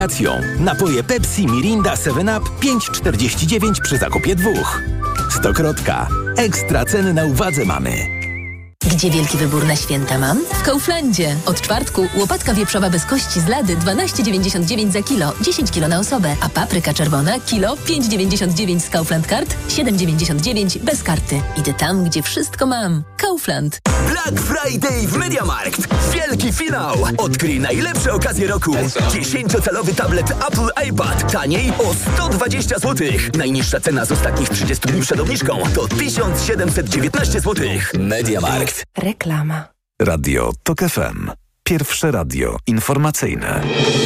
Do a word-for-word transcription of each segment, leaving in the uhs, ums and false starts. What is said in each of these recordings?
Napoje Pepsi, Mirinda, seven up pięć czterdzieści dziewięć przy zakupie dwóch. Stokrotka. Ekstra ceny na uwadze mamy. Gdzie wielki wybór na święta mam? W Kauflandzie. Od czwartku łopatka wieprzowa bez kości z lady dwanaście dziewięćdziesiąt dziewięć za kilo, dziesięć kilo na osobę, a papryka czerwona kilo pięć dziewięćdziesiąt dziewięć z Kaufland Card, siedem dziewięćdziesiąt dziewięć bez karty. Idę tam, gdzie wszystko mam. Kaufland. Black Friday w MediaMarkt. Wielki finał. Odkryj najlepsze okazje roku. dziesięciocalowy tablet Apple iPad. Taniej o sto dwadzieścia złotych. Najniższa cena z ostatnich trzydziestu dni przed obniżką to tysiąc siedemset dziewiętnaście złotych. MediaMarkt. Reklama. Radio TOK F M. Pierwsze radio informacyjne.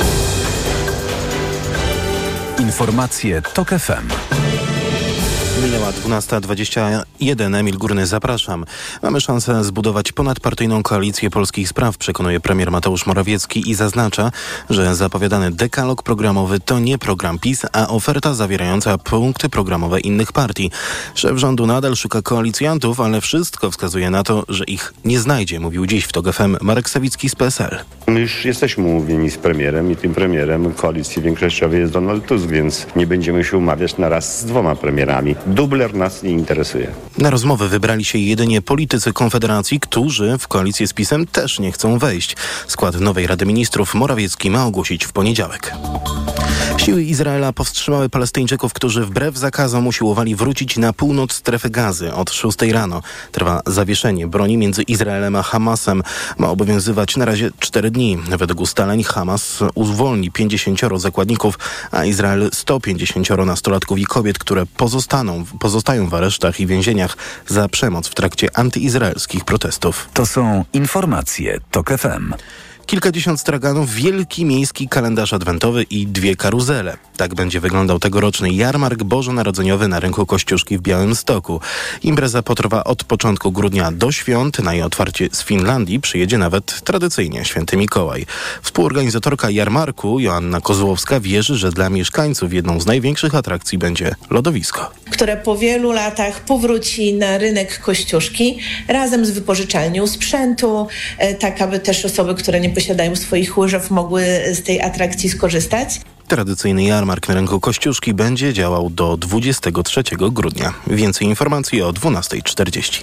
Informacje TOK F M. Minęła dwunasta dwadzieścia jeden. Emil Górny, zapraszam. Mamy szansę zbudować ponadpartyjną koalicję polskich spraw, przekonuje premier Mateusz Morawiecki i zaznacza, że zapowiadany dekalog programowy to nie program PiS, a oferta zawierająca punkty programowe innych partii. Szef rządu nadal szuka koalicjantów, ale wszystko wskazuje na to, że ich nie znajdzie, mówił dziś w TOK F M Marek Sawicki z P S L. My już jesteśmy umówieni z premierem i tym premierem koalicji większościowej jest Donald Tusk, więc nie będziemy się umawiać na raz z dwoma premierami. Dubler nas nie interesuje. Na rozmowę wybrali się jedynie politycy Konfederacji, którzy w koalicję z PiS-em też nie chcą wejść. Skład nowej Rady Ministrów Morawiecki ma ogłosić w poniedziałek. Siły Izraela powstrzymały Palestyńczyków, którzy wbrew zakazom usiłowali wrócić na północ strefy Gazy. Od szóstej rano trwa zawieszenie broni między Izraelem a Hamasem. Ma obowiązywać na razie cztery dni. Według ustaleń Hamas uwolni pięćdziesięcioro zakładników, a Izrael sto pięćdziesięcioro nastolatków i kobiet, które pozostaną, pozostają w aresztach i więzieniach za przemoc w trakcie antyizraelskich protestów. To są informacje TOK F M. Kilkadziesiąt straganów, wielki miejski kalendarz adwentowy i dwie karuzele. Tak będzie wyglądał tegoroczny jarmark bożonarodzeniowy na rynku Kościuszki w Białymstoku. Impreza potrwa od początku grudnia do świąt. Na jej otwarcie z Finlandii przyjedzie nawet tradycyjnie święty Mikołaj. Współorganizatorka jarmarku Joanna Kozłowska wierzy, że dla mieszkańców jedną z największych atrakcji będzie lodowisko, które po wielu latach powróci na rynek Kościuszki razem z wypożyczalnią sprzętu, tak aby też osoby, które nie posiadają swoich łyżew, mogły z tej atrakcji skorzystać. Tradycyjny jarmark na rynku Kościuszki będzie działał do dwudziestego trzeciego grudnia. Więcej informacji o dwunasta czterdzieści.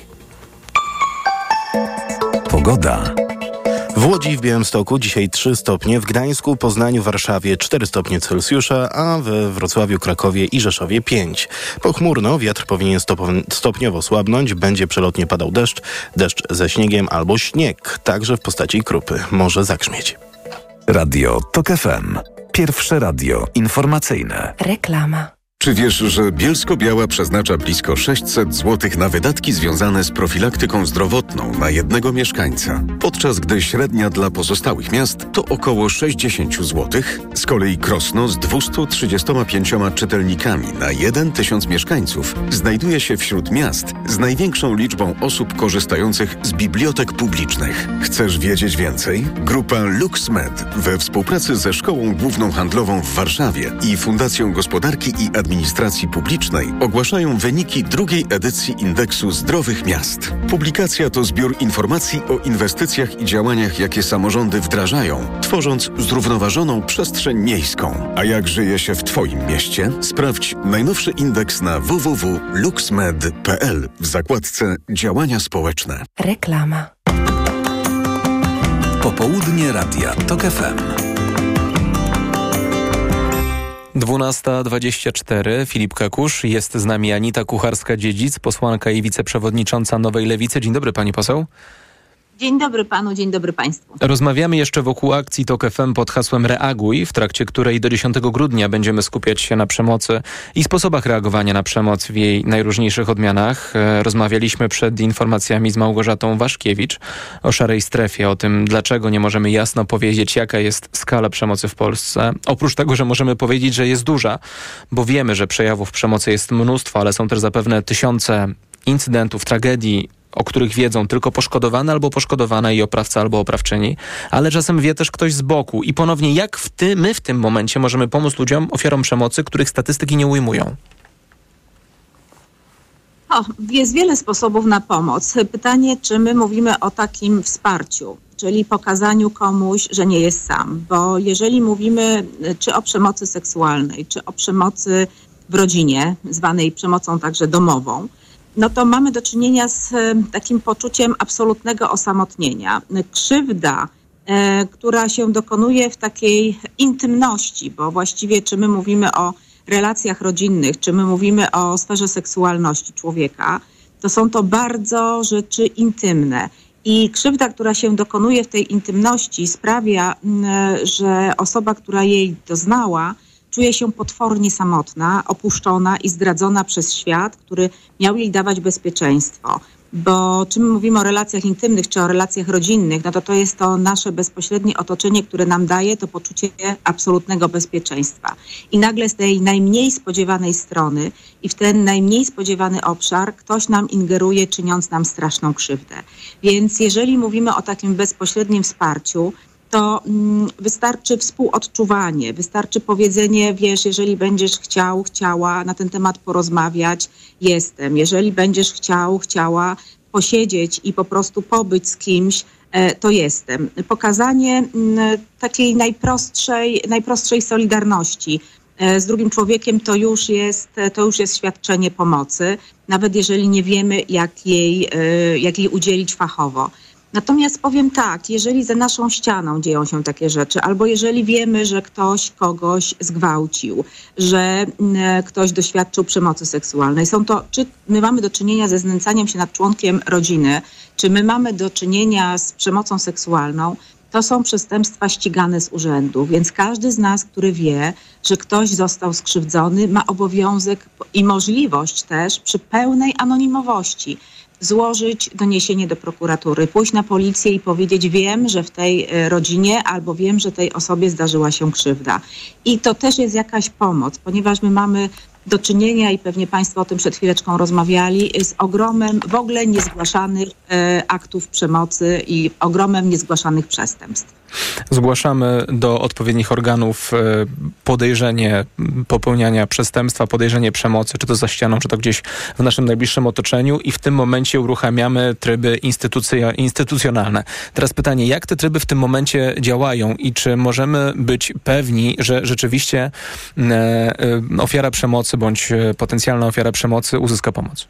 Pogoda. W Łodzi i w Białymstoku dzisiaj trzy stopnie, w Gdańsku, Poznaniu, Warszawie cztery stopnie Celsjusza, a we Wrocławiu, Krakowie i Rzeszowie pięć. Pochmurno, wiatr powinien stopo- stopniowo słabnąć, będzie przelotnie padał deszcz, deszcz ze śniegiem albo śnieg, także w postaci krupy, może zagrzmieć. Radio TOK F M. Pierwsze radio informacyjne. Reklama. Czy wiesz, że Bielsko-Biała przeznacza blisko sześćset złotych na wydatki związane z profilaktyką zdrowotną na jednego mieszkańca, podczas gdy średnia dla pozostałych miast to około sześćdziesiąt złotych? Z kolei Krosno z dwieście trzydzieści pięć czytelnikami na jeden tysiąc mieszkańców znajduje się wśród miast z największą liczbą osób korzystających z bibliotek publicznych. Chcesz wiedzieć więcej? Grupa LuxMed we współpracy ze Szkołą Główną Handlową w Warszawie i Fundacją Gospodarki i Administracji Administracji Publicznej ogłaszają wyniki drugiej edycji Indeksu Zdrowych Miast. Publikacja to zbiór informacji o inwestycjach i działaniach, jakie samorządy wdrażają, tworząc zrównoważoną przestrzeń miejską. A jak żyje się w Twoim mieście? Sprawdź najnowszy indeks na w w w kropka luxmed kropka p l w zakładce Działania społeczne. Reklama. Popołudnie Radia TOK F M. dwunasta dwadzieścia cztery. Filip Kakusz. Jest z nami Anita Kucharska-Dziedzic, posłanka i wiceprzewodnicząca Nowej Lewicy. Dzień dobry, pani poseł. Dzień dobry panu, dzień dobry państwu. Rozmawiamy jeszcze wokół akcji TOK F M pod hasłem Reaguj, w trakcie której do dziesiątego grudnia będziemy skupiać się na przemocy i sposobach reagowania na przemoc w jej najróżniejszych odmianach. Rozmawialiśmy przed informacjami z Małgorzatą Waszkiewicz o szarej strefie, o tym, dlaczego nie możemy jasno powiedzieć, jaka jest skala przemocy w Polsce. Oprócz tego, że możemy powiedzieć, że jest duża, bo wiemy, że przejawów przemocy jest mnóstwo, ale są też zapewne tysiące incydentów, tragedii, o których wiedzą tylko poszkodowany albo poszkodowana i oprawca albo oprawczyni, ale czasem wie też ktoś z boku. I ponownie, jak w ty, my w tym momencie możemy pomóc ludziom, ofiarom przemocy, których statystyki nie ujmują? O, jest wiele sposobów na pomoc. Pytanie, czy my mówimy o takim wsparciu. czyli pokazaniu komuś, że nie jest sam. Bo jeżeli mówimy czy o przemocy seksualnej, czy o przemocy w rodzinie, zwanej przemocą także domową, no to mamy do czynienia z takim poczuciem absolutnego osamotnienia. Krzywda, e, która się dokonuje w takiej intymności, bo właściwie czy my mówimy o relacjach rodzinnych, czy my mówimy o sferze seksualności człowieka, to są to bardzo rzeczy intymne. I krzywda, która się dokonuje w tej intymności, sprawia, że osoba, która jej doznała, czuje się potwornie samotna, opuszczona i zdradzona przez świat, który miał jej dawać bezpieczeństwo. Bo czy my mówimy o relacjach intymnych, czy o relacjach rodzinnych, no to to jest to nasze bezpośrednie otoczenie, które nam daje to poczucie absolutnego bezpieczeństwa. I nagle z tej najmniej spodziewanej strony i w ten najmniej spodziewany obszar ktoś nam ingeruje, czyniąc nam straszną krzywdę. Więc jeżeli mówimy o takim bezpośrednim wsparciu, to mm, wystarczy współodczuwanie, wystarczy powiedzenie, wiesz, jeżeli będziesz chciał, chciała na ten temat porozmawiać, jestem. Jeżeli będziesz chciał, chciała posiedzieć i po prostu pobyć z kimś, e, to jestem. Pokazanie m, takiej najprostszej, najprostszej solidarności e, z drugim człowiekiem to już jest, to już jest świadczenie pomocy, nawet jeżeli nie wiemy, jak jej, e, jak jej udzielić fachowo. Natomiast powiem tak, jeżeli za naszą ścianą dzieją się takie rzeczy, albo jeżeli wiemy, że ktoś kogoś zgwałcił, że y, ktoś doświadczył przemocy seksualnej, są to, czy my mamy do czynienia ze znęcaniem się nad członkiem rodziny, czy my mamy do czynienia z przemocą seksualną, to są przestępstwa ścigane z urzędu, więc każdy z nas, który wie, że ktoś został skrzywdzony, ma obowiązek i możliwość też przy pełnej anonimowości złożyć doniesienie do prokuratury, pójść na policję i powiedzieć, wiem, że w tej rodzinie albo wiem, że tej osobie zdarzyła się krzywda. I to też jest jakaś pomoc, ponieważ my mamy do czynienia, i pewnie Państwo o tym przed chwileczką rozmawiali, z ogromem w ogóle niezgłaszanych e, aktów przemocy i ogromem niezgłaszanych przestępstw. Zgłaszamy do odpowiednich organów podejrzenie popełniania przestępstwa, podejrzenie przemocy, czy to za ścianą, czy to gdzieś w naszym najbliższym otoczeniu, i w tym momencie uruchamiamy tryby instytucje, instytucjonalne. Teraz pytanie, jak te tryby w tym momencie działają i czy możemy być pewni, że rzeczywiście ofiara przemocy bądź potencjalna ofiara przemocy uzyska pomoc?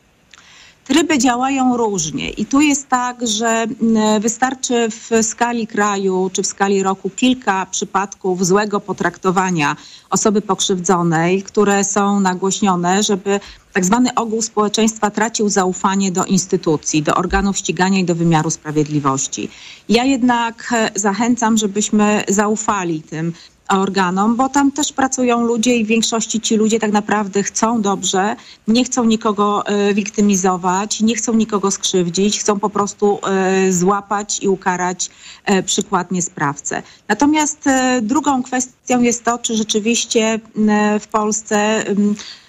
Tryby działają różnie i tu jest tak, że wystarczy w skali kraju czy w skali roku kilka przypadków złego potraktowania osoby pokrzywdzonej, które są nagłośnione, żeby tak zwany ogół społeczeństwa tracił zaufanie do instytucji, do organów ścigania i do wymiaru sprawiedliwości. Ja jednak zachęcam, żebyśmy zaufali tym organom, bo tam też pracują ludzie i w większości ci ludzie tak naprawdę chcą dobrze, nie chcą nikogo y, wiktymizować, nie chcą nikogo skrzywdzić, chcą po prostu y, złapać i ukarać y, przykładnie sprawcę. Natomiast y, drugą kwestią jest to, czy rzeczywiście y, w Polsce y,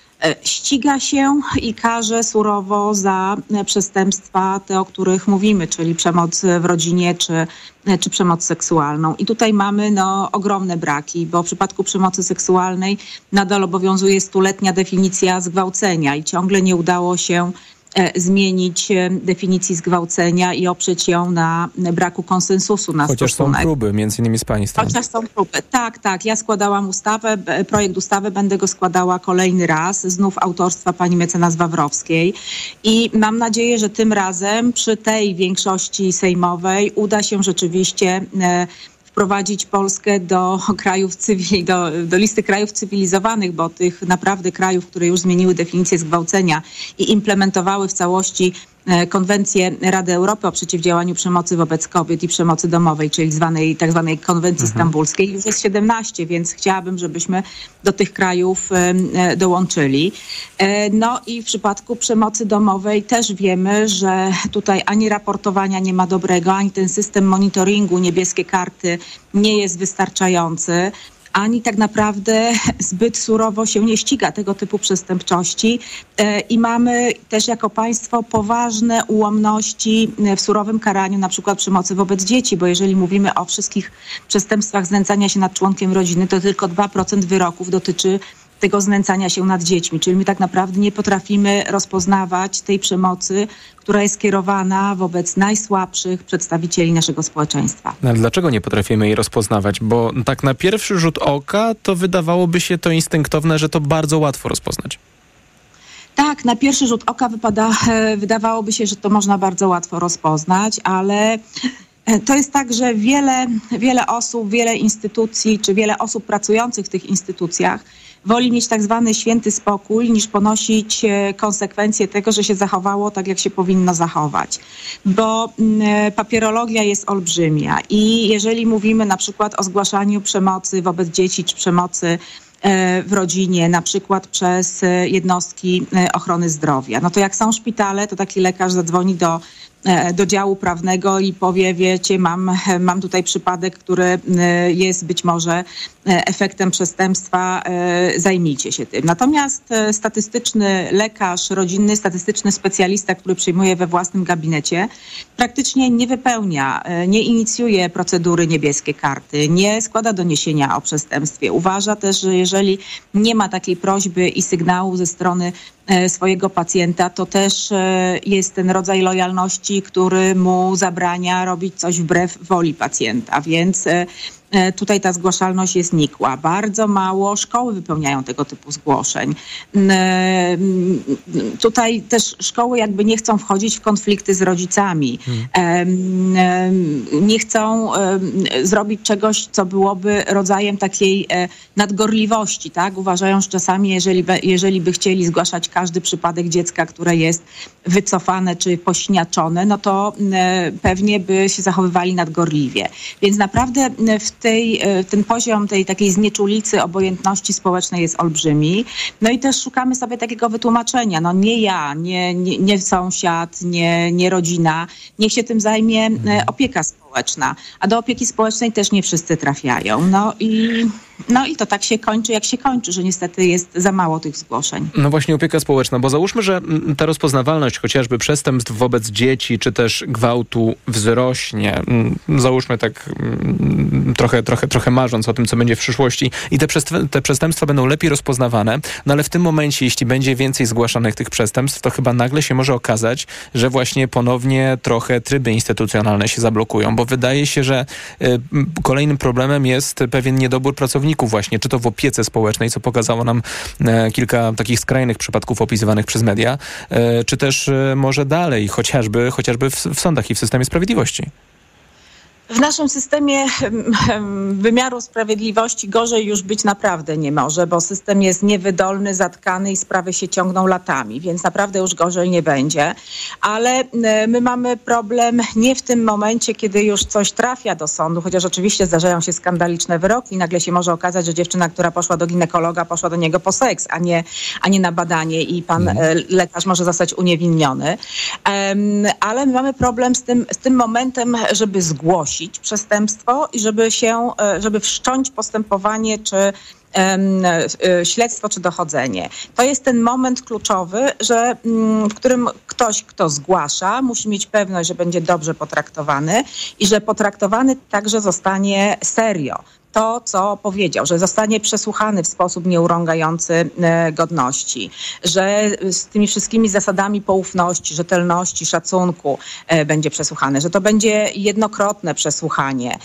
ściga się i karze surowo za przestępstwa te, o których mówimy, czyli przemoc w rodzinie czy, czy przemoc seksualną. I tutaj mamy no, ogromne braki, bo w przypadku przemocy seksualnej nadal obowiązuje stuletnia definicja zgwałcenia i ciągle nie udało się zmienić definicji zgwałcenia i oprzeć ją na braku konsensusu na Chociaż stosunek. są próby, między innymi z państwa. Chociaż są próby. Tak, tak. Ja składałam ustawę, projekt ustawy, będę go składała kolejny raz, znów autorstwa pani mecenas Wawrowskiej i mam nadzieję, że tym razem przy tej większości sejmowej uda się rzeczywiście e, wprowadzić Polskę do krajów cywili, do, do listy krajów cywilizowanych, bo tych naprawdę krajów, które już zmieniły definicję zgwałcenia i implementowały w całości konwencję Rady Europy o przeciwdziałaniu przemocy wobec kobiet i przemocy domowej, czyli zwanej, tak zwanej konwencji mhm. stambulskiej, już jest siedemnaście, więc chciałabym, żebyśmy do tych krajów e, dołączyli. E, no i w przypadku przemocy domowej też wiemy, że tutaj ani raportowania nie ma dobrego, ani ten system monitoringu, niebieskie karty nie jest wystarczający, ani tak naprawdę zbyt surowo się nie ściga tego typu przestępczości i mamy też jako państwo poważne ułomności w surowym karaniu na przykład przemocy wobec dzieci, bo jeżeli mówimy o wszystkich przestępstwach znęcania się nad członkiem rodziny, to tylko dwa procent wyroków dotyczy tego znęcania się nad dziećmi. Czyli my tak naprawdę nie potrafimy rozpoznawać tej przemocy, która jest kierowana wobec najsłabszych przedstawicieli naszego społeczeństwa. Ale dlaczego nie potrafimy jej rozpoznawać? Bo tak na pierwszy rzut oka to wydawałoby się to instynktowne, że to bardzo łatwo rozpoznać. Tak, na pierwszy rzut oka wypada, wydawałoby się, że to można bardzo łatwo rozpoznać, ale to jest tak, że wiele, wiele osób, wiele instytucji, czy wiele osób pracujących w tych instytucjach woli mieć tak zwany święty spokój, niż ponosić konsekwencje tego, że się zachowało tak, jak się powinno zachować. Bo papierologia jest olbrzymia i jeżeli mówimy na przykład o zgłaszaniu przemocy wobec dzieci, czy przemocy w rodzinie, na przykład przez jednostki ochrony zdrowia, no to jak są szpitale, to taki lekarz zadzwoni do do działu prawnego i powie, wiecie, mam, mam tutaj przypadek, który jest być może efektem przestępstwa, zajmijcie się tym. Natomiast statystyczny lekarz rodzinny, statystyczny specjalista, który przyjmuje we własnym gabinecie, praktycznie nie wypełnia, nie inicjuje procedury niebieskie karty, nie składa doniesienia o przestępstwie. Uważa też, że jeżeli nie ma takiej prośby i sygnału ze strony swojego pacjenta, to też jest ten rodzaj lojalności, który mu zabrania robić coś wbrew woli pacjenta, więc tutaj ta zgłaszalność jest nikła. Bardzo mało szkoły wypełniają tego typu zgłoszeń. Tutaj też szkoły jakby nie chcą wchodzić w konflikty z rodzicami. Hmm. Nie chcą zrobić czegoś, co byłoby rodzajem takiej nadgorliwości, tak? Uważają, że czasami jeżeli, jeżeli by chcieli zgłaszać każdy przypadek dziecka, które jest wycofane czy pośniaczone, no to pewnie by się zachowywali nadgorliwie. Więc naprawdę w tej, ten poziom tej takiej znieczulicy, obojętności społecznej jest olbrzymi. No i też szukamy sobie takiego wytłumaczenia. No nie ja, nie, nie, nie sąsiad, nie, nie rodzina. Niech się tym zajmie opieka społeczna. A do opieki społecznej też nie wszyscy trafiają. No i, no i to tak się kończy, jak się kończy, że niestety jest za mało tych zgłoszeń. No właśnie opieka społeczna, bo załóżmy, że ta rozpoznawalność chociażby przestępstw wobec dzieci, czy też gwałtu wzrośnie. Załóżmy tak trochę, trochę, trochę marząc o tym, co będzie w przyszłości i te, przestęp- te przestępstwa będą lepiej rozpoznawane, no ale w tym momencie, jeśli będzie więcej zgłaszanych tych przestępstw, to chyba nagle się może okazać, że właśnie ponownie trochę tryby instytucjonalne się zablokują, bo wydaje się, że y, kolejnym problemem jest pewien niedobór pracowników właśnie, czy to w opiece społecznej, co pokazało nam y, kilka takich skrajnych przypadków opisywanych przez media, y, czy też y, może dalej, chociażby, chociażby w, w sądach i w systemie sprawiedliwości. W naszym systemie wymiaru sprawiedliwości gorzej już być naprawdę nie może, bo system jest niewydolny, zatkany i sprawy się ciągną latami, więc naprawdę już gorzej nie będzie. Ale my mamy problem nie w tym momencie, kiedy już coś trafia do sądu, chociaż oczywiście zdarzają się skandaliczne wyroki i nagle się może okazać, że dziewczyna, która poszła do ginekologa, poszła do niego po seks, a nie, a nie na badanie i pan mm. lekarz może zostać uniewinniony. Ale my mamy problem z tym, z tym momentem, żeby zgłosić przestępstwo i żeby się, żeby wszcząć postępowanie czy śledztwo czy dochodzenie. To jest ten moment kluczowy, że, w którym ktoś, kto zgłasza, musi mieć pewność, że będzie dobrze potraktowany i że potraktowany także zostanie serio. To, co powiedział, że zostanie przesłuchany w sposób nieurągający godności, że z tymi wszystkimi zasadami poufności, rzetelności, szacunku będzie przesłuchany, że to będzie jednokrotne przesłuchanie.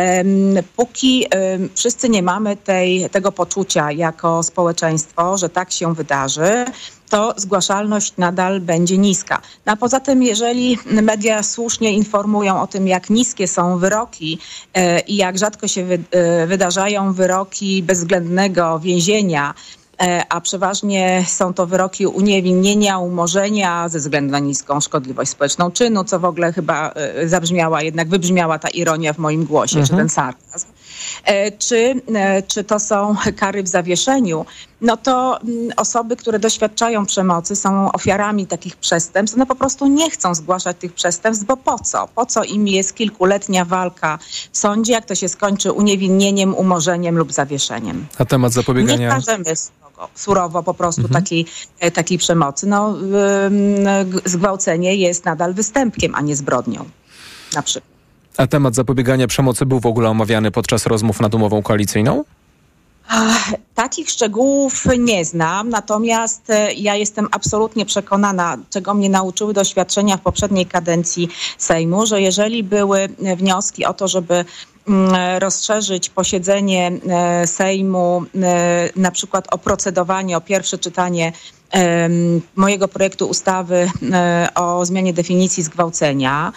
Póki wszyscy nie mamy tej, tego poczucia jako społeczeństwo, że tak się wydarzy, to zgłaszalność nadal będzie niska. No a poza tym, jeżeli media słusznie informują o tym, jak niskie są wyroki e, i jak rzadko się wy, e, wydarzają wyroki bezwzględnego więzienia, e, a przeważnie są to wyroki uniewinnienia, umorzenia ze względu na niską szkodliwość społeczną czynu, co w ogóle chyba e, zabrzmiała, jednak wybrzmiała ta ironia w moim głosie, mhm. czy ten sarkazm. Czy, czy to są kary w zawieszeniu, no to osoby, które doświadczają przemocy, są ofiarami takich przestępstw, one po prostu nie chcą zgłaszać tych przestępstw, bo po co? Po co im jest kilkuletnia walka w sądzie, jak to się skończy uniewinnieniem, umorzeniem lub zawieszeniem? A temat zapobiegania... Nie każemy surowo, surowo po prostu mhm. takiej, takiej przemocy. No, zgwałcenie jest nadal występkiem, a nie zbrodnią, na przykład. A temat zapobiegania przemocy był w ogóle omawiany podczas rozmów nad umową koalicyjną? Ach, takich szczegółów nie znam, natomiast ja jestem absolutnie przekonana, czego mnie nauczyły doświadczenia w poprzedniej kadencji Sejmu, że jeżeli były wnioski o to, żeby rozszerzyć posiedzenie Sejmu na przykład o procedowanie, o pierwsze czytanie mojego projektu ustawy o zmianie definicji zgwałcenia,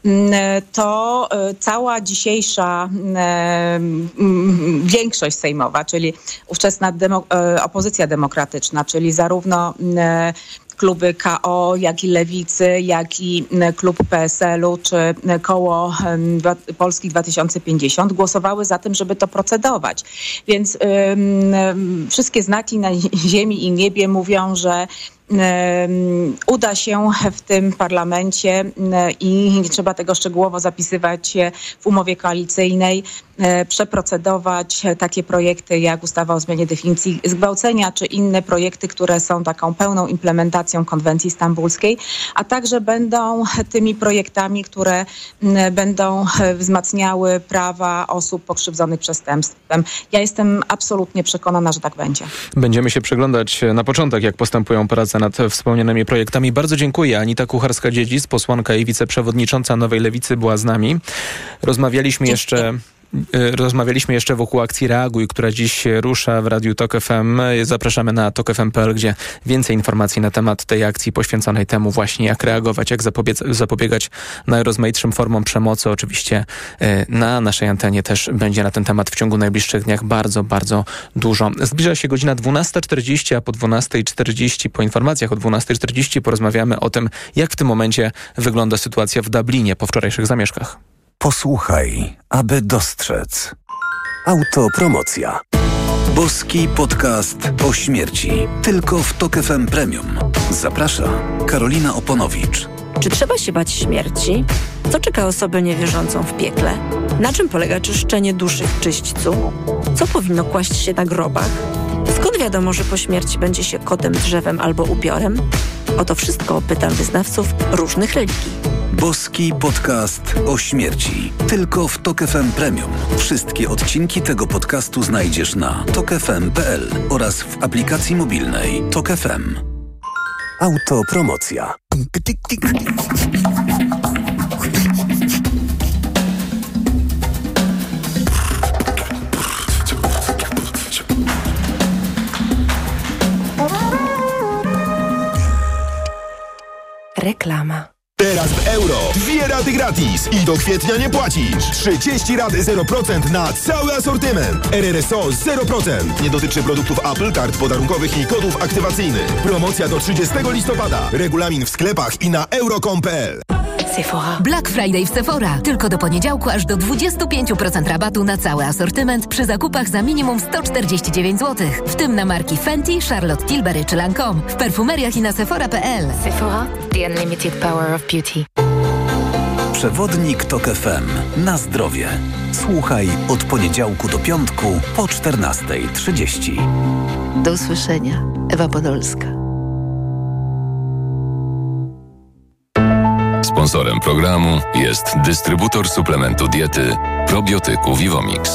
to cała dzisiejsza większość sejmowa, czyli ówczesna demo, opozycja demokratyczna, czyli zarówno kluby K O, jak i Lewicy, jak i klub P S L-u, czy koło Polski dwa tysiące pięćdziesiąt głosowały za tym, żeby to procedować. Więc ym, wszystkie znaki na ziemi i niebie mówią, że uda się w tym parlamencie i nie trzeba tego szczegółowo zapisywać w umowie koalicyjnej, przeprocedować takie projekty jak ustawa o zmianie definicji zgwałcenia, czy inne projekty, które są taką pełną implementacją konwencji stambulskiej, a także będą tymi projektami, które będą wzmacniały prawa osób pokrzywdzonych przestępstwem. Ja jestem absolutnie przekonana, że tak będzie. Będziemy się przyglądać na początek, jak postępują prace nad wspomnianymi projektami. Bardzo dziękuję. Anita Kucharska-Dziedzic, posłanka i wiceprzewodnicząca Nowej Lewicy, była z nami. Rozmawialiśmy jeszcze... Rozmawialiśmy jeszcze wokół akcji Reaguj, która dziś rusza w Radiu Tok F M. Zapraszamy na tok f m kropka p l, gdzie więcej informacji na temat tej akcji poświęconej temu właśnie, jak reagować, jak zapobiec- zapobiegać najrozmaitszym formom przemocy. Oczywiście na naszej antenie też będzie na ten temat w ciągu najbliższych dniach bardzo, bardzo dużo. Zbliża się godzina dwunasta czterdzieści, a po dwunasta czterdzieści, po informacjach o dwunasta czterdzieści porozmawiamy o tym, jak w tym momencie wygląda sytuacja w Dublinie po wczorajszych zamieszkach. Posłuchaj, aby dostrzec. Autopromocja. Boski podcast o śmierci. Tylko w Tok F M Premium. Zaprasza Karolina Oponowicz. Czy trzeba się bać śmierci? Co czeka osobę niewierzącą w piekle? Na czym polega czyszczenie duszy w czyśćcu? Co powinno kłaść się na grobach? Skąd wiadomo, że po śmierci będzie się kotem, drzewem albo upiorem? O to wszystko pytam wyznawców różnych religii. Boski podcast o śmierci. Tylko w Tok F M Premium. Wszystkie odcinki tego podcastu znajdziesz na tok f m kropka p l oraz w aplikacji mobilnej Tok F M. Autopromocja. Reklama. Teraz w euro. Dwie raty gratis i do kwietnia nie płacisz. trzydzieści rat zero procent na cały asortyment. R R S O zero procent. Nie dotyczy produktów Apple, kart podarunkowych i kodów aktywacyjnych. Promocja do trzydziestego listopada. Regulamin w sklepach i na euro kropka com kropka p l. Sephora. Black Friday w Sephora. Tylko do poniedziałku aż do dwadzieścia pięć procent rabatu na cały asortyment przy zakupach za minimum sto czterdzieści dziewięć złotych. W tym na marki Fenty, Charlotte Tilbury czy Lancome. W perfumeriach i na sephora kropka p l. Sephora. The unlimited power of beauty. Przewodnik Tok F M. Na zdrowie. Słuchaj od poniedziałku do piątku po czternasta trzydzieści. Do usłyszenia. Ewa Podolska. Sponsorem programu jest dystrybutor suplementu diety probiotyku Vivomix.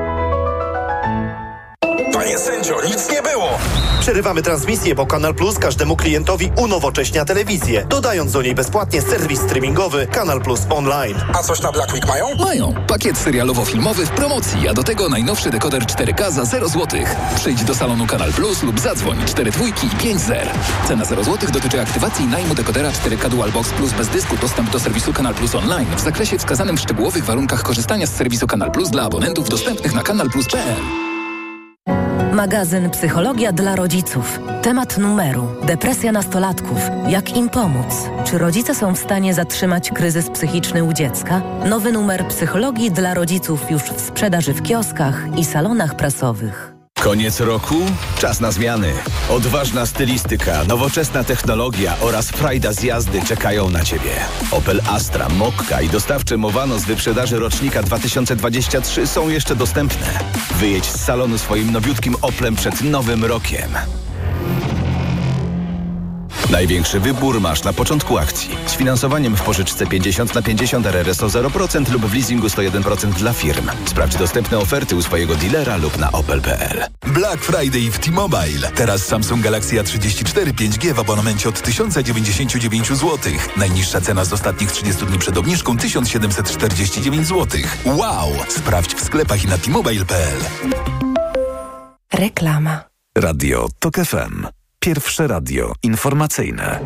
Panie sędzio, nic nie było! Przerywamy transmisję, bo Kanal Plus każdemu klientowi unowocześnia telewizję, dodając do niej bezpłatnie serwis streamingowy Kanal Plus Online. A coś na Black Week mają? Mają. Pakiet serialowo-filmowy w promocji, a do tego najnowszy dekoder cztery K za zero złotych. Przyjdź do salonu Kanal Plus lub zadzwoń cztery dwójki i pięć zer. Cena zero złotych dotyczy aktywacji i najmu dekodera cztery K Dual Box Plus bez dysku, dostęp do serwisu Kanal Plus Online w zakresie wskazanym w szczegółowych warunkach korzystania z serwisu Kanal Plus dla abonentów dostępnych na kanal plus kropka p l. Magazyn Psychologia dla rodziców. Temat numeru. Depresja nastolatków. Jak im pomóc? Czy rodzice są w stanie zatrzymać kryzys psychiczny u dziecka? Nowy numer Psychologii dla rodziców już w sprzedaży w kioskach i salonach prasowych. Koniec roku? Czas na zmiany. Odważna stylistyka, nowoczesna technologia oraz frajda z jazdy czekają na Ciebie. Opel Astra, Mokka i dostawczy Movano z wyprzedaży rocznika dwa tysiące dwudziestego trzeciego są jeszcze dostępne. Wyjedź z salonu swoim nowiutkim Oplem przed nowym rokiem. Największy wybór masz na początku akcji. Z finansowaniem w pożyczce pięćdziesiąt na pięćdziesiąt R R S O zero procent lub w leasingu sto jeden procent dla firm. Sprawdź dostępne oferty u swojego dealera lub na opel kropka p l. Black Friday w T-Mobile. Teraz Samsung Galaxy A trzydzieści cztery pięć G w abonamencie od tysiąc dziewięćdziesiąt dziewięć złotych. Najniższa cena z ostatnich trzydziestu dni przed obniżką tysiąc siedemset czterdzieści dziewięć złotych. Wow! Sprawdź w sklepach i na T Mobile kropka p l. Reklama. Radio TOK F M. Pierwsze radio informacyjne.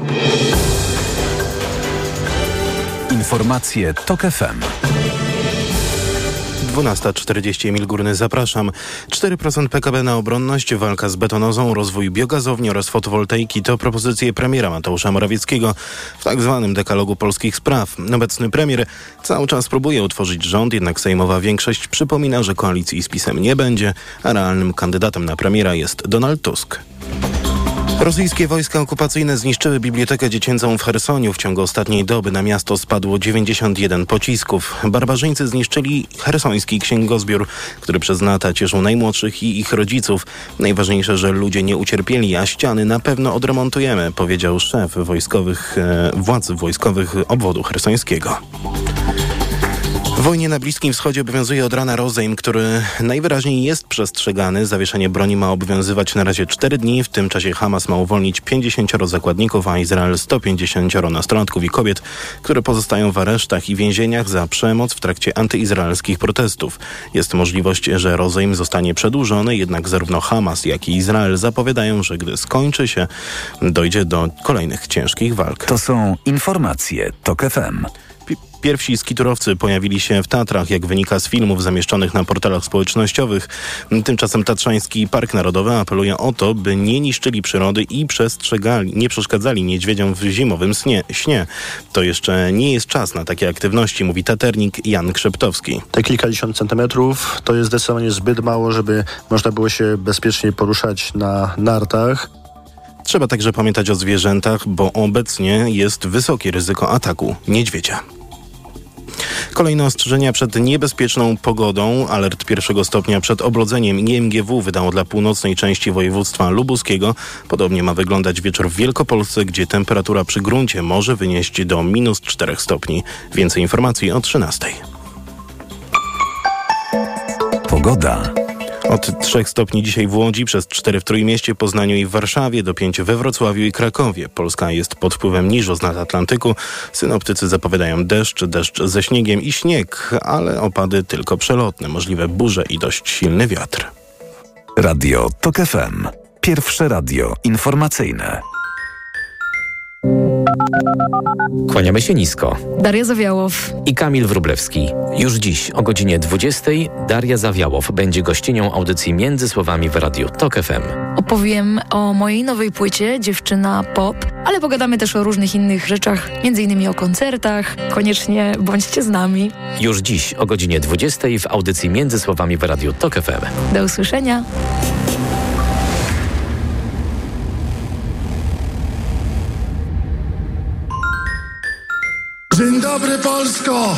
Informacje TOK F M. dwunasta czterdzieści, Emil Górny, zapraszam. cztery procent P K B na obronność, walka z betonozą, rozwój biogazowni oraz fotowoltaiki to propozycje premiera Mateusza Morawieckiego w tak zwanym dekalogu polskich spraw. Obecny premier cały czas próbuje utworzyć rząd, jednak sejmowa większość przypomina, że koalicji z PiS-em nie będzie, a realnym kandydatem na premiera jest Donald Tusk. Rosyjskie wojska okupacyjne zniszczyły bibliotekę dziecięcą w Chersoniu. W ciągu ostatniej doby na miasto spadło dziewięćdziesiąt jeden pocisków. Barbarzyńcy zniszczyli chersoński księgozbiór, który przez lata cieszył najmłodszych i ich rodziców. Najważniejsze, że ludzie nie ucierpieli, a ściany na pewno odremontujemy, powiedział szef wojskowych, e, władz wojskowych obwodu chersońskiego. W wojnie na Bliskim Wschodzie obowiązuje od rana rozejm, który najwyraźniej jest przestrzegany. Zawieszenie broni ma obowiązywać na razie cztery dni. W tym czasie Hamas ma uwolnić pięćdziesięcioro zakładników, a Izrael sto pięćdziesięcioro nastolatków i kobiet, które pozostają w aresztach i więzieniach za przemoc w trakcie antyizraelskich protestów. Jest możliwość, że rozejm zostanie przedłużony, jednak zarówno Hamas, jak i Izrael zapowiadają, że gdy skończy się, dojdzie do kolejnych ciężkich walk. To są informacje TOK F M. Pierwsi skiturowcy pojawili się w Tatrach, jak wynika z filmów zamieszczonych na portalach społecznościowych. Tymczasem Tatrzański Park Narodowy apeluje o to, by nie niszczyli przyrody i przestrzegali, nie przeszkadzali niedźwiedziom w zimowym śnie, śnie. To jeszcze nie jest czas na takie aktywności, mówi taternik Jan Krzeptowski. Te kilkadziesiąt centymetrów to jest zdecydowanie zbyt mało, żeby można było się bezpiecznie poruszać na nartach. Trzeba także pamiętać o zwierzętach, bo obecnie jest wysokie ryzyko ataku niedźwiedzia. Kolejne ostrzeżenia przed niebezpieczną pogodą. Alert pierwszego stopnia przed oblodzeniem I M G W wydało dla północnej części województwa lubuskiego. Podobnie ma wyglądać wieczór w Wielkopolsce, gdzie temperatura przy gruncie może wynieść do minus czterech stopni. Więcej informacji o trzynastej. Pogoda. Od trzech stopni dzisiaj w Łodzi, przez cztery w Trójmieście, Poznaniu i w Warszawie, do pięciu we Wrocławiu i Krakowie. Polska jest pod wpływem niżu z Atlantyku. Synoptycy zapowiadają deszcz, deszcz ze śniegiem i śnieg, ale opady tylko przelotne, możliwe burze i dość silny wiatr. Radio TOK F M. Pierwsze radio informacyjne. Kłaniamy się nisko. Daria Zawiałow I Kamil Wróblewski. Już dziś o godzinie dwudziestej Daria Zawiałow będzie gościnią audycji Między Słowami w Radiu TOK F M. Opowiem o mojej nowej płycie Dziewczyna Pop, ale pogadamy też o różnych innych rzeczach, między innymi o koncertach. Koniecznie bądźcie z nami. Już dziś o godzinie dwudziestej w audycji Między Słowami w Radiu TOK F M. Do usłyszenia. Dzień dobry, Polsko!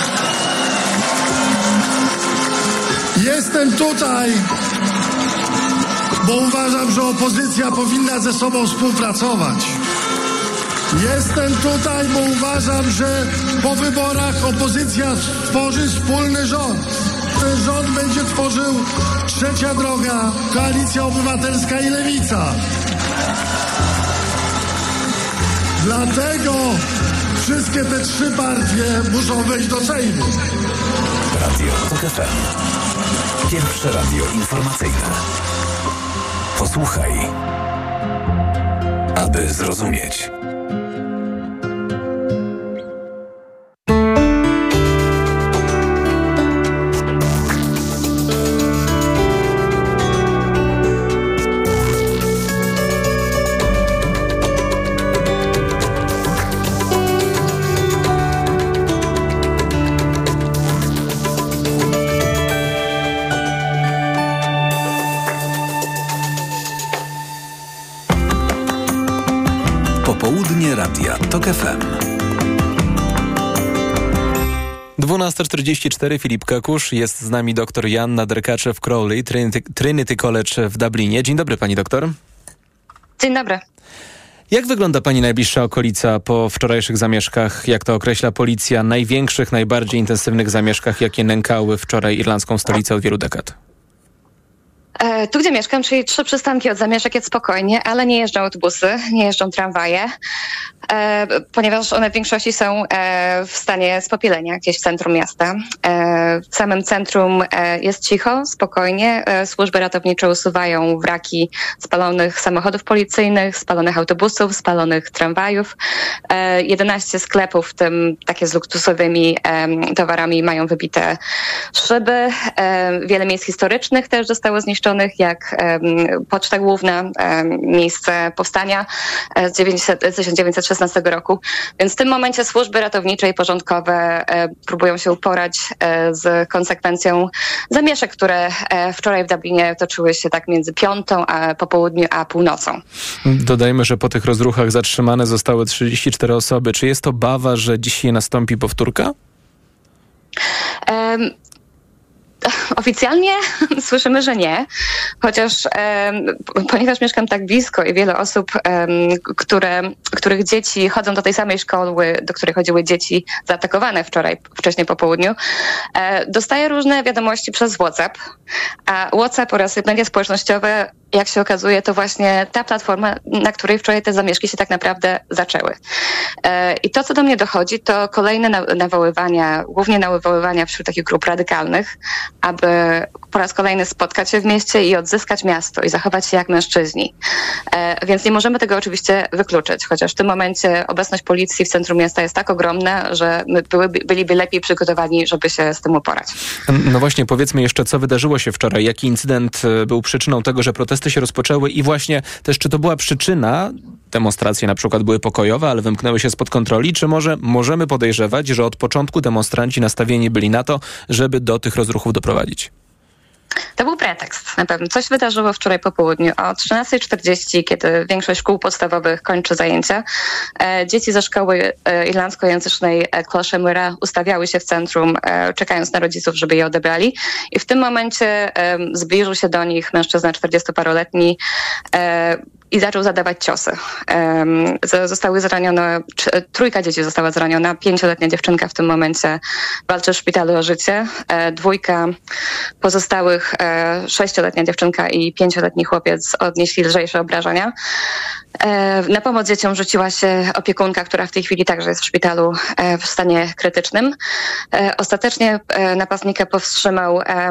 Jestem tutaj, bo uważam, że opozycja powinna ze sobą współpracować. Jestem tutaj, bo uważam, że po wyborach opozycja tworzy wspólny rząd. Ten rząd będzie tworzył Trzecia Droga, Koalicja Obywatelska i Lewica. Dlatego wszystkie te trzy partie muszą wejść do Sejmu. Radio TOK F M. Pierwsze radio informacyjne. Posłuchaj, aby zrozumieć. Popołudnie Radia TOK F M. dwunasta czterdzieści cztery, Filip Kakusz. Jest z nami dr Joanna Derkaczew-Crowley, Trinity, Trinity College w Dublinie. Dzień dobry, pani doktor. Dzień dobry. Jak wygląda pani najbliższa okolica po wczorajszych zamieszkach, jak to określa policja, największych, najbardziej intensywnych zamieszkach, jakie nękały wczoraj irlandzką stolicę od wielu dekad? E, tu, gdzie mieszkam, czyli trzy przystanki od zamieszek, jest spokojnie, ale nie jeżdżą autobusy, nie jeżdżą tramwaje, e, ponieważ one w większości są e, w stanie spopielenia gdzieś w centrum miasta. E, w samym centrum e, jest cicho, spokojnie. E, służby ratownicze usuwają wraki spalonych samochodów policyjnych, spalonych autobusów, spalonych tramwajów. E, jedenaście sklepów, w tym takie z luksusowymi e, towarami, mają wybite szyby. E, wiele miejsc historycznych też zostało zniszczonych, jak um, Poczta Główna, um, miejsce powstania z, z tysiąc dziewięćset szesnastego roku. Więc w tym momencie służby ratownicze i porządkowe e, próbują się uporać e, z konsekwencją zamieszek, które e, wczoraj w Dublinie toczyły się tak między piątą a po południu, a północą. Dodajmy, że po tych rozruchach zatrzymane zostały trzydzieści cztery osoby. Czy jest obawa, że dzisiaj nastąpi powtórka? Um, Oficjalnie słyszymy, że nie, chociaż um, ponieważ mieszkam tak blisko i wiele osób, um, które, których dzieci chodzą do tej samej szkoły, do której chodziły dzieci zaatakowane wczoraj, wcześniej po południu, e, dostaję różne wiadomości przez WhatsApp, a WhatsApp oraz media społecznościowe, jak się okazuje, to właśnie ta platforma, na której wczoraj te zamieszki się tak naprawdę zaczęły. E, I to, co do mnie dochodzi, to kolejne na- nawoływania, głównie nawoływania wśród takich grup radykalnych, aby po raz kolejny spotkać się w mieście i odzyskać miasto i zachować się jak mężczyźni. E, więc nie możemy tego oczywiście wykluczyć, chociaż w tym momencie obecność policji w centrum miasta jest tak ogromna, że my były, byliby lepiej przygotowani, żeby się z tym uporać. No właśnie, powiedzmy jeszcze, co wydarzyło się wczoraj. Jaki incydent był przyczyną tego, że protesty się rozpoczęły i właśnie też, czy to była przyczyna, demonstracje na przykład były pokojowe, ale wymknęły się spod kontroli, czy może możemy podejrzewać, że od początku demonstranci nastawieni byli na to, żeby do tych rozruchów doprowadzić? To był pretekst na pewno. Coś wydarzyło wczoraj po południu. O trzynasta czterdzieści, kiedy większość szkół podstawowych kończy zajęcia, e, dzieci ze szkoły e, irlandzkojęzycznej e, Closhemura ustawiały się w centrum, e, czekając na rodziców, żeby je odebrali. I w tym momencie e, zbliżył się do nich mężczyzna czterdziestoparoletni, e, i zaczął zadawać ciosy. Um, zostały zranione, trójka dzieci została zraniona, pięcioletnia dziewczynka w tym momencie walczy w szpitalu o życie, e, dwójka pozostałych, e, sześcioletnia dziewczynka i pięcioletni chłopiec odnieśli lżejsze obrażenia. E, na pomoc dzieciom rzuciła się opiekunka, która w tej chwili także jest w szpitalu e, w stanie krytycznym. E, ostatecznie e, napastnika powstrzymał e,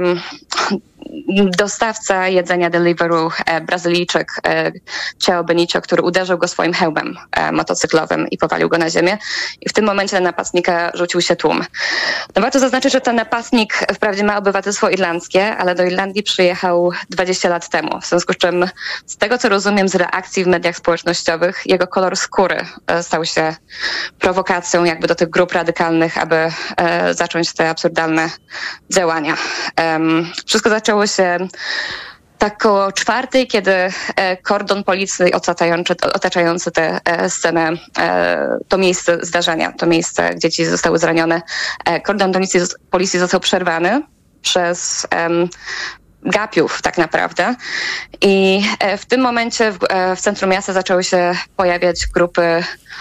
dostawca jedzenia Deliveroo, e, Brazylijczyk e, Cheo Benicio, który uderzył go swoim hełmem e, motocyklowym i powalił go na ziemię. I w tym momencie na napastnika rzucił się tłum. No warto zaznaczyć, że ten napastnik wprawdzie ma obywatelstwo irlandzkie, ale do Irlandii przyjechał dwadzieścia lat temu. W związku z czym, z tego co rozumiem z reakcji w mediach społecznościowych, jego kolor skóry e, stał się prowokacją jakby do tych grup radykalnych, aby e, zacząć te absurdalne działania. E, wszystko zaczęło się tak koło czwartej, kiedy e, kordon policji otaczający, otaczający tę e, scenę, e, to miejsce zdarzenia, to miejsce, gdzie dzieci zostały zranione, e, kordon policji, policji został przerwany przez um, gapiów tak naprawdę. I e, w tym momencie w, e, w centrum miasta zaczęły się pojawiać grupy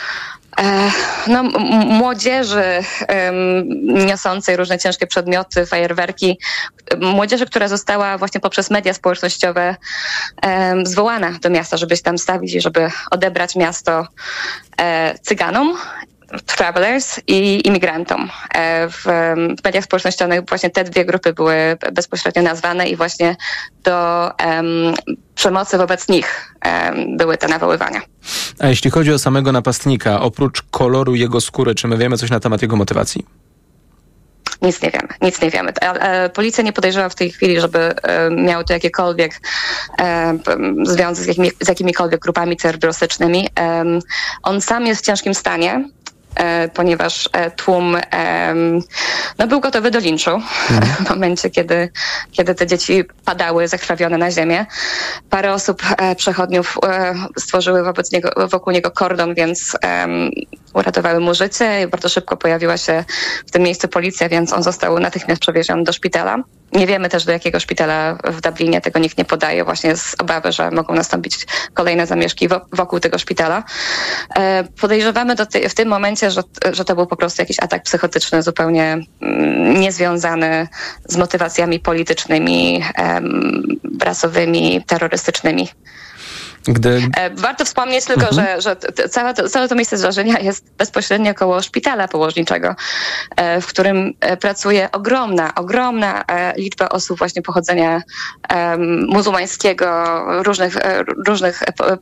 no, m- młodzieży um, niosącej różne ciężkie przedmioty, fajerwerki. Młodzieży, która została właśnie poprzez media społecznościowe um, zwołana do miasta, żeby się tam stawić i żeby odebrać miasto e, Cyganom, travelers i imigrantom. W, w mediach społecznościowych właśnie te dwie grupy były bezpośrednio nazwane i właśnie do um, przemocy wobec nich um, były te nawoływania. A jeśli chodzi o samego napastnika, oprócz koloru jego skóry, czy my wiemy coś na temat jego motywacji? Nic nie wiemy, nic nie wiemy. Policja nie podejrzewa w tej chwili, żeby miał to jakiekolwiek związek z, jakimi, z jakimikolwiek grupami terrorystycznymi. On sam jest w ciężkim stanie, ponieważ tłum no, był gotowy do linczu mhm. w momencie, kiedy, kiedy te dzieci padały zakrwawione na ziemię. Parę osób, przechodniów stworzyły wobec niego, wokół niego kordon, więc um, uratowały mu życie i bardzo szybko pojawiła się w tym miejscu policja, więc on został natychmiast przewieziony do szpitala. Nie wiemy też, do jakiego szpitala w Dublinie, tego nikt nie podaje, właśnie z obawy, że mogą nastąpić kolejne zamieszki wokół tego szpitala. Podejrzewamy do ty- w tym momencie, że, że to był po prostu jakiś atak psychotyczny, zupełnie niezwiązany z motywacjami politycznymi, rasowymi, terrorystycznymi. Gdy... Warto wspomnieć tylko, mhm. że, że całe, to, całe to miejsce zdarzenia jest bezpośrednio koło szpitala położniczego, w którym pracuje ogromna, ogromna liczba osób właśnie pochodzenia um, muzułmańskiego, różnych, różnych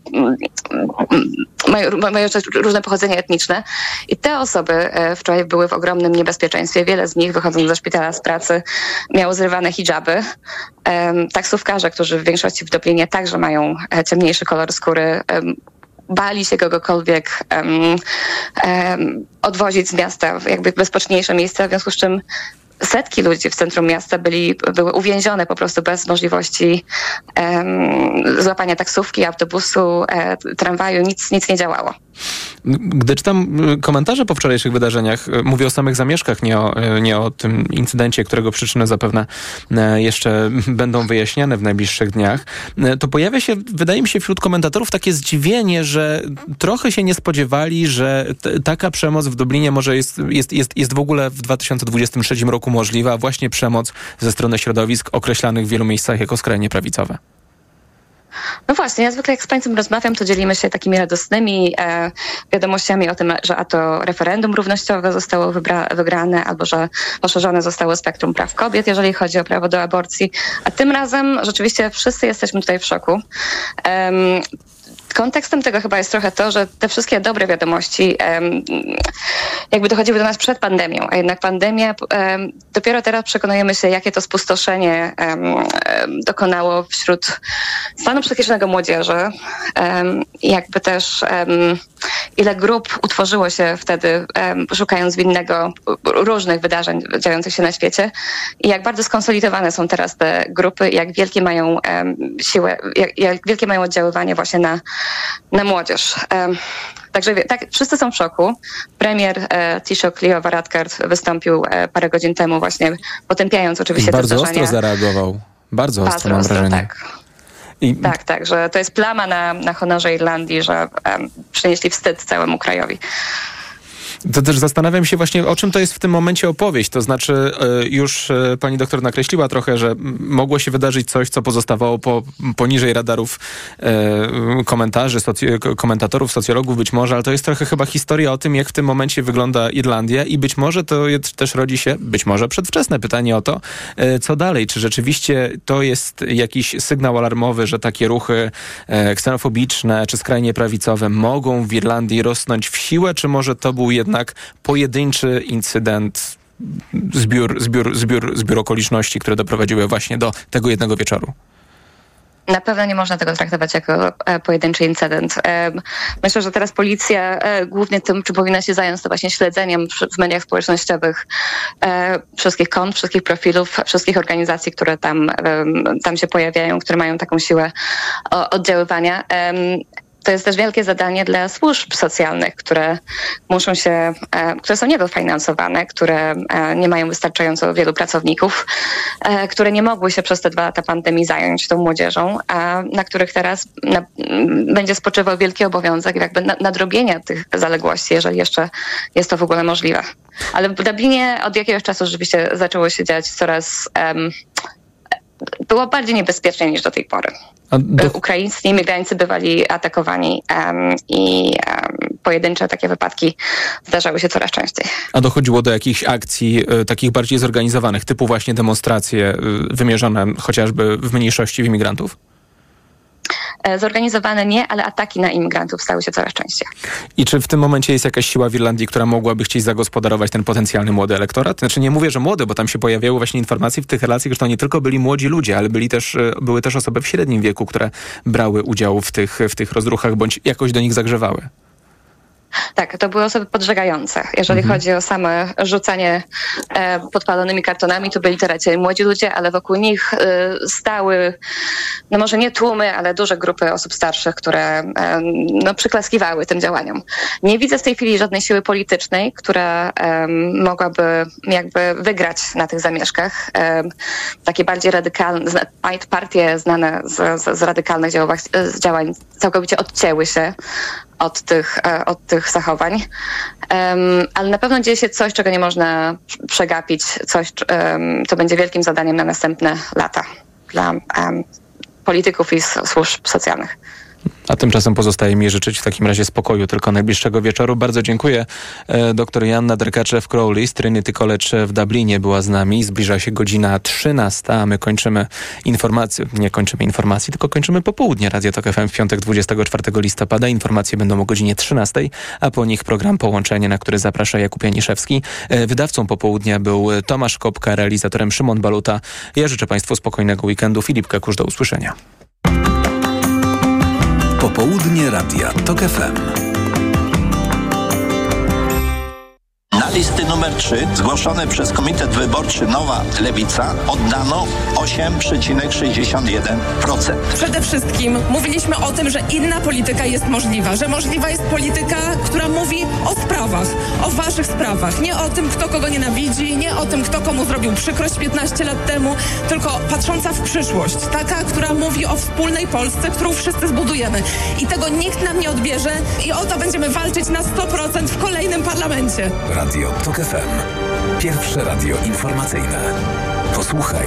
mają, mają różne pochodzenie etniczne i te osoby wczoraj były w ogromnym niebezpieczeństwie. Wiele z nich, wychodząc ze szpitala z pracy, miało zrywane hijaby. Um, taksówkarze, którzy w większości w Dublinie także mają ciemniejszy kolor skóry, um, bali się kogokolwiek um, um, odwozić z miasta w jakby bezpieczniejsze miejsce, w związku z czym setki ludzi w centrum miasta byli, były uwięzione po prostu bez możliwości um, złapania taksówki, autobusu, e, tramwaju, nic, nic nie działało. Gdy czytam komentarze po wczorajszych wydarzeniach, mówię o samych zamieszkach, nie o, nie o tym incydencie, którego przyczyny zapewne jeszcze będą wyjaśniane w najbliższych dniach, to pojawia się, wydaje mi się, wśród komentatorów takie zdziwienie, że trochę się nie spodziewali, że t- taka przemoc w Dublinie może jest, jest, jest, jest w ogóle w dwa tysiące dwudziestym trzecim roku możliwa, a właśnie przemoc ze strony środowisk określanych w wielu miejscach jako skrajnie prawicowe. No właśnie, ja zwykle jak z Państwem rozmawiam, to dzielimy się takimi radosnymi e, wiadomościami o tym, że a to referendum równościowe zostało wybra- wygrane, albo że poszerzone zostało spektrum praw kobiet, jeżeli chodzi o prawo do aborcji. A tym razem rzeczywiście wszyscy jesteśmy tutaj w szoku. Um, Kontekstem tego chyba jest trochę to, że te wszystkie dobre wiadomości um, jakby dochodziły do nas przed pandemią, a jednak pandemia, um, dopiero teraz przekonujemy się, jakie to spustoszenie um, dokonało wśród stanu psychicznego młodzieży. Um, jakby też um, ile grup utworzyło się wtedy, um, szukając winnego różnych wydarzeń dziejących się na świecie i jak bardzo skonsolidowane są teraz te grupy, jak wielkie mają um, siłę, jak, jak wielkie mają oddziaływanie właśnie na na młodzież. Um, także tak, wszyscy są w szoku. Premier e, Taoiseach Leo Varadkar wystąpił e, parę godzin temu właśnie potępiając oczywiście te zdarzenia. Bardzo ostro zareagował. Bardzo ostro, Bardzo mam ostro, wrażenie. tak. I... Tak, tak, że to jest plama na, na honorze Irlandii, że um, przynieśli wstyd całemu krajowi. To też zastanawiam się właśnie, o czym to jest w tym momencie opowieść. To znaczy, już pani doktor nakreśliła trochę, że mogło się wydarzyć coś, co pozostawało po, poniżej radarów komentarzy, soc- komentatorów, socjologów być może, ale to jest trochę chyba historia o tym, jak w tym momencie wygląda Irlandia i być może to też rodzi się, być może przedwczesne pytanie o to, co dalej. Czy rzeczywiście to jest jakiś sygnał alarmowy, że takie ruchy ksenofobiczne czy skrajnie prawicowe mogą w Irlandii rosnąć w siłę, czy może to był jednak jednak pojedynczy incydent, zbiór, zbiór, zbiór, zbiór okoliczności, które doprowadziły właśnie do tego jednego wieczoru? Na pewno nie można tego traktować jako e, pojedynczy incydent. E, myślę, że teraz policja e, głównie tym, czy powinna się zająć, to właśnie śledzeniem w, w mediach społecznościowych e, wszystkich kont, wszystkich profilów, wszystkich organizacji, które tam, e, tam się pojawiają, które mają taką siłę o, oddziaływania. E, To jest też wielkie zadanie dla służb socjalnych, które muszą się, które są niedofinansowane, które nie mają wystarczająco wielu pracowników, które nie mogły się przez te dwa lata pandemii zająć tą młodzieżą, a na których teraz na, będzie spoczywał wielki obowiązek jakby nadrobienia tych zaległości, jeżeli jeszcze jest to w ogóle możliwe. Ale w Dublinie od jakiegoś czasu rzeczywiście zaczęło się dziać coraz... Um, było bardziej niebezpiecznie niż do tej pory. Do... Ukraińscy imigranci bywali atakowani um, i um, pojedyncze takie wypadki zdarzały się coraz częściej. A dochodziło do jakichś akcji y, takich bardziej zorganizowanych, typu właśnie demonstracje y, wymierzone chociażby w mniejszości w imigrantów? Zorganizowane nie, ale ataki na imigrantów stały się coraz częściej. I czy w tym momencie jest jakaś siła w Irlandii, która mogłaby chcieć zagospodarować ten potencjalny młody elektorat? Znaczy nie mówię, że młody, bo tam się pojawiały właśnie informacje w tych relacjach, że to nie tylko byli młodzi ludzie, ale byli też, były też osoby w średnim wieku, które brały udział w tych, w tych rozruchach bądź jakoś do nich zagrzewały. Tak, to były osoby podżegające. Jeżeli mhm. chodzi o same rzucanie e, podpalonymi kartonami, to byli to raczej młodzi ludzie, ale wokół nich e, stały, no może nie tłumy, ale duże grupy osób starszych, które e, no, przyklaskiwały tym działaniom. Nie widzę w tej chwili żadnej siły politycznej, która e, mogłaby jakby wygrać na tych zamieszkach. E, takie bardziej radykalne, partie znane z, z, z radykalnych działań, z działań całkowicie odcięły się od tych, od tych zachowań. Um, ale na pewno dzieje się coś, czego nie można przegapić, coś, um, co będzie wielkim zadaniem na następne lata dla um, polityków i służb socjalnych. A tymczasem pozostaje mi życzyć w takim razie spokoju tylko najbliższego wieczoru. Bardzo dziękuję. Doktor Joanna Derkaczew-Crowley z Trinity College w Dublinie była z nami. Zbliża się godzina trzynasta, a my kończymy informacje, nie kończymy informacji, tylko kończymy popołudnie Radio Tok F M w piątek dwudziestego czwartego listopada. Informacje będą o godzinie trzynastej, a po nich program Połączenie, na który zaprasza Jakub Janiszewski. Wydawcą popołudnia był Tomasz Kopka, realizatorem Szymon Baluta. Ja życzę Państwu spokojnego weekendu. Filip Kakusz, do usłyszenia. Popołudnie Radia Tok F M. Na listy numer trzy, zgłoszone przez Komitet Wyborczy Nowa Lewica, oddano osiem przecinek sześćdziesiąt jeden procent. Przede wszystkim mówiliśmy o tym, że inna polityka jest możliwa, że możliwa jest polityka, która mówi o sprawach, o waszych sprawach, nie o tym, kto kogo nienawidzi, nie o tym, kto komu zrobił przykrość piętnaście lat temu, tylko patrząca w przyszłość, taka, która mówi o wspólnej Polsce, którą wszyscy zbudujemy. I tego nikt nam nie odbierze i o to będziemy walczyć na sto procent w kolejnym parlamencie. Radio Tok F M. Pierwsze radio informacyjne. Posłuchaj,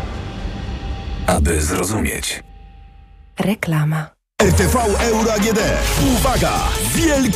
aby zrozumieć. Reklama. R T V Euro A G D. Uwaga! Wielki